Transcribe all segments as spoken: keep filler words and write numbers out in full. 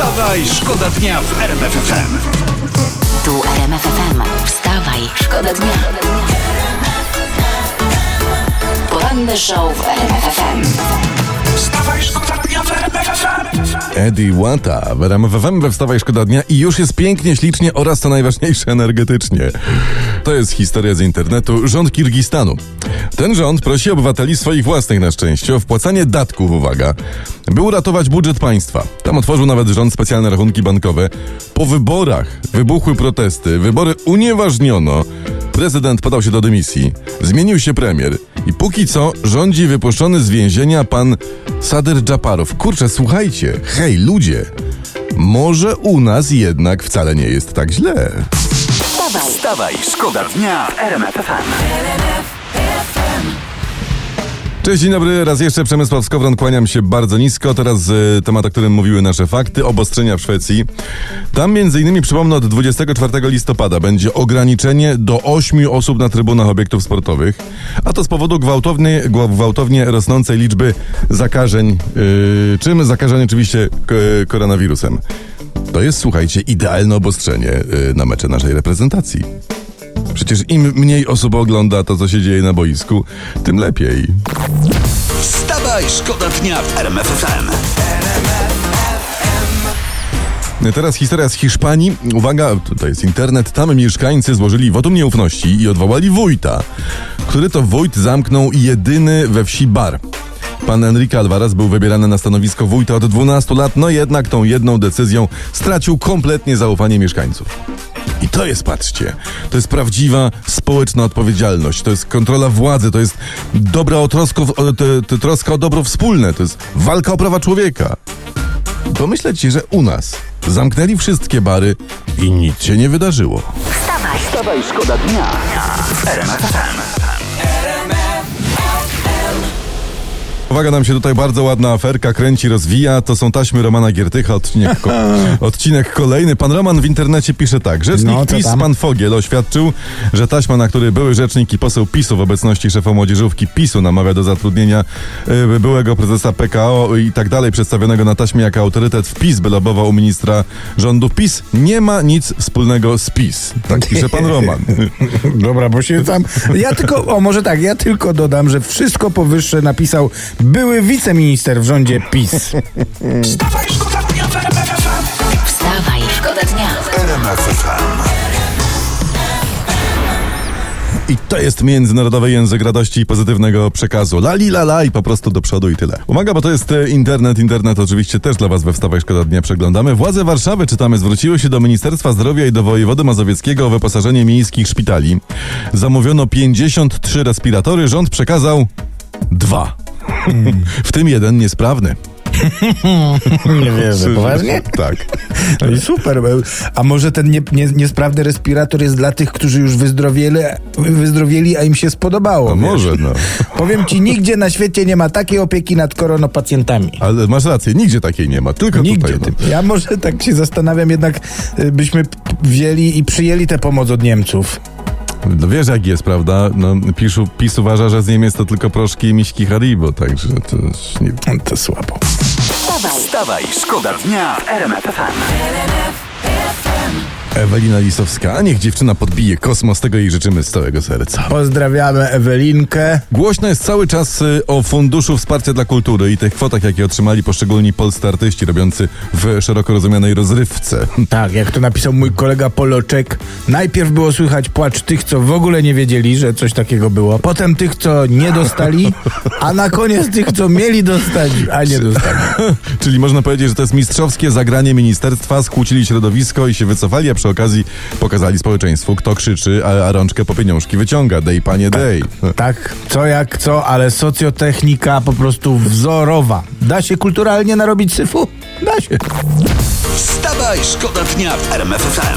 Wstawaj, szkoda dnia w R M F F M. Tu R M F F M. Wstawaj, szkoda dnia. Poranny show w R M F F M. Wstawaj, szkoda dnia w R M F F M. Eddie Wata w R M F F M we Wstawaj, szkoda dnia i już jest pięknie, ślicznie oraz co najważniejsze energetycznie. To jest historia z internetu. Rząd Kirgistanu. Ten rząd prosi obywateli swoich własnych na szczęście o wpłacanie datków, uwaga, by uratować budżet państwa. Tam otworzył nawet rząd specjalne rachunki bankowe. Po wyborach wybuchły protesty, wybory unieważniono. Prezydent podał się do dymisji, zmienił się premier i póki co rządzi wypuszczony z więzienia pan Sadyr Dżaparow. Kurczę, słuchajcie, hej ludzie, może u nas jednak wcale nie jest tak źle. Wstawaj, Wstawaj, szkoda dnia w R M F F M. Cześć, dzień dobry, raz jeszcze Przemysław Skowron, kłaniam się bardzo nisko. Teraz y, temat, o którym mówiły nasze fakty, obostrzenia w Szwecji. Tam między innymi, przypomnę, od dwudziestego czwartego listopada będzie ograniczenie do ośmiu osób na trybunach obiektów sportowych, a to z powodu gwałtownie, gwałtownie rosnącej liczby zakażeń, yy, czym zakażeń oczywiście k- koronawirusem. To jest, słuchajcie, idealne obostrzenie yy, na mecze naszej reprezentacji. Przecież im mniej osób ogląda to, co się dzieje na boisku, tym lepiej. Wstawaj, szkoda dnia w R M F F M. Teraz historia z Hiszpanii. Uwaga, to jest internet. Tam mieszkańcy złożyli wotum nieufności i odwołali wójta, który to wójt zamknął jedyny we wsi bar. Pan Enrique Alvarez był wybierany na stanowisko wójta od dwunastu lat, no jednak tą jedną decyzją stracił kompletnie zaufanie mieszkańców. I to jest, patrzcie, to jest prawdziwa społeczna odpowiedzialność, to jest kontrola władzy, to jest dobra o trosko, o, to, to troska o dobro wspólne, to jest walka o prawa człowieka. Pomyśleć, że u nas zamknęli wszystkie bary i nic się nie wydarzyło. wstawaj, Wstawaj, szkoda dnia w R M F F M. Uwaga, nam się tutaj bardzo ładna aferka kręci, rozwija. To są taśmy Romana Giertycha, odcinek, ko- odcinek kolejny. Pan Roman w internecie pisze tak. Rzecznik No, co PiS, tam? pan Fogiel, oświadczył, że taśma, na której były rzecznik i poseł PiSu w obecności szefa młodzieżówki PiSu namawia do zatrudnienia y, byłego prezesa P K O i tak dalej, przedstawionego na taśmie jako autorytet w PiS, by lobował u ministra rządu PiS, nie ma nic wspólnego z PiS. Tak pisze pan Roman. Dobra, bo się tam... Ja tylko, o może tak, ja tylko dodam, że wszystko powyższe napisał były wiceminister w rządzie PiS. Wstawaj, szkoda dnia w R M F F M. wstawaj, szkoda dnia. R M F F M. I to jest międzynarodowy język radości i pozytywnego przekazu. La li la la i po prostu do przodu i tyle. Uwaga, bo to jest e, internet. Internet oczywiście też dla was we Wstawaj, szkoda dnia przeglądamy. Władze Warszawy, czytamy, zwróciły się do Ministerstwa Zdrowia i do wojewody mazowieckiego o wyposażenie miejskich szpitali. Zamówiono pięćdziesiąt trzy respiratory, rząd przekazał dwa. W tym jeden niesprawny. Nie wierzę, poważnie? Tak. No i super. A może ten nie, nie, niesprawny respirator jest dla tych, którzy już wyzdrowieli, wyzdrowieli, a im się spodobało. No wiesz? może, no. Powiem ci, nigdzie na świecie nie ma takiej opieki nad koronapacjentami. Ale masz rację, nigdzie takiej nie ma, tylko Nigdzie. tutaj. No. Ja może tak się zastanawiam, jednak y, byśmy p- wzięli i przyjęli tę pomoc od Niemców. No wiesz jak jest, prawda? No, PiSu, PiS uważa, że z Niemiec to tylko proszki i miśki Haribo, także to już nie... To słabo. Wstawaj, Wstawaj, szkoda dnia w R M F F M. Ewelina Lisowska, a niech dziewczyna podbije kosmos, tego jej życzymy z całego serca. Pozdrawiamy Ewelinkę. Głośno jest cały czas y, o Funduszu Wsparcia dla Kultury i tych kwotach, jakie otrzymali poszczególni polscy artyści robiący w szeroko rozumianej rozrywce. Tak, jak to napisał mój kolega Poloczek, najpierw było słychać płacz tych, co w ogóle nie wiedzieli, że coś takiego było, potem tych, co nie dostali, a na koniec tych, co mieli dostać, a nie dostali. Czyli można powiedzieć, że to jest mistrzowskie zagranie ministerstwa, skłócili środowisko i się wycofali, a przy okazji pokazali społeczeństwu, kto krzyczy, a, a rączkę po pieniążki wyciąga. Dej, panie, dej. Tak, co jak co, ale socjotechnika po prostu wzorowa. Da się kulturalnie narobić syfu? Da się. Wstawaj, szkoda dnia w R M F F M.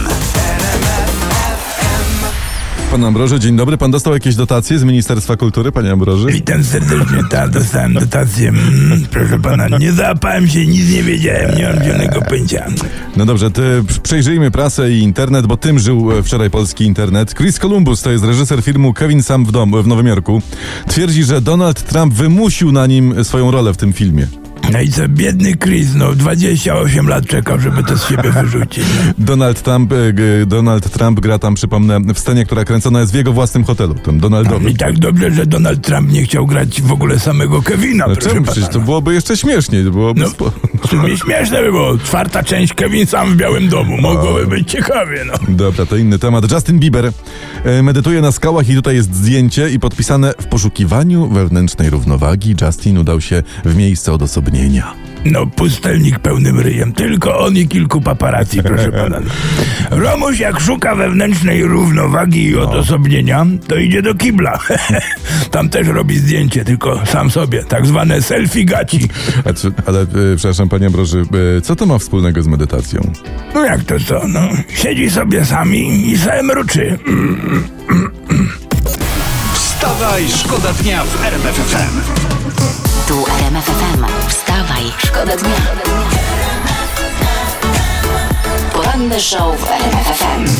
Pan Ambroży, dzień dobry. Pan dostał jakieś dotacje z Ministerstwa Kultury, panie Ambroży? Witam serdecznie, tak, dostałem dotację. Mm, proszę pana, nie załapałem się, nic nie wiedziałem, nie mam zielonego pojęcia. No dobrze, ty przejrzyjmy prasę i internet, bo tym żył wczoraj polski internet. Chris Columbus, to jest reżyser filmu Kevin Sam w domu w Nowym Jorku, twierdzi, że Donald Trump wymusił na nim swoją rolę w tym filmie. No i co, biedny Chris, no dwadzieścia osiem lat czekał, żeby to z siebie wyrzucić. No. Donald Trump, e, g- Donald Trump gra tam, przypomnę, w scenie, która kręcona jest w jego własnym hotelu, tym Donaldowym. I tak dobrze, że Donald Trump nie chciał grać w ogóle samego Kevina, No proszę czemu? pana. Przecież to byłoby jeszcze śmieszniej. Byłoby No, spo... w sumie śmieszne by było. Czwarta część Kevin sam w Białym Domu. Mogłoby być ciekawie, no. Dobra, to inny temat. Justin Bieber e, medytuje na skałach i tutaj jest zdjęcie i podpisane: w poszukiwaniu wewnętrznej równowagi Justin udał się w miejsce odosobnienia. No, pustelnik pełnym ryjem. Tylko on i kilku paparazzi, proszę pana. Romuś jak szuka wewnętrznej równowagi i odosobnienia, to idzie do kibla. Tam też robi zdjęcie, tylko sam sobie. Tak zwane selfie gaci. A czy, ale, e, przepraszam, panie Ambroży, e, co to ma wspólnego z medytacją? No jak to co, no. Siedzi sobie sami i se mruczy. Wstawaj, szkoda dnia w R M F F M. Tu R M F F M. Wstawaj, szkoda dnia. Poranny show w R M F F M.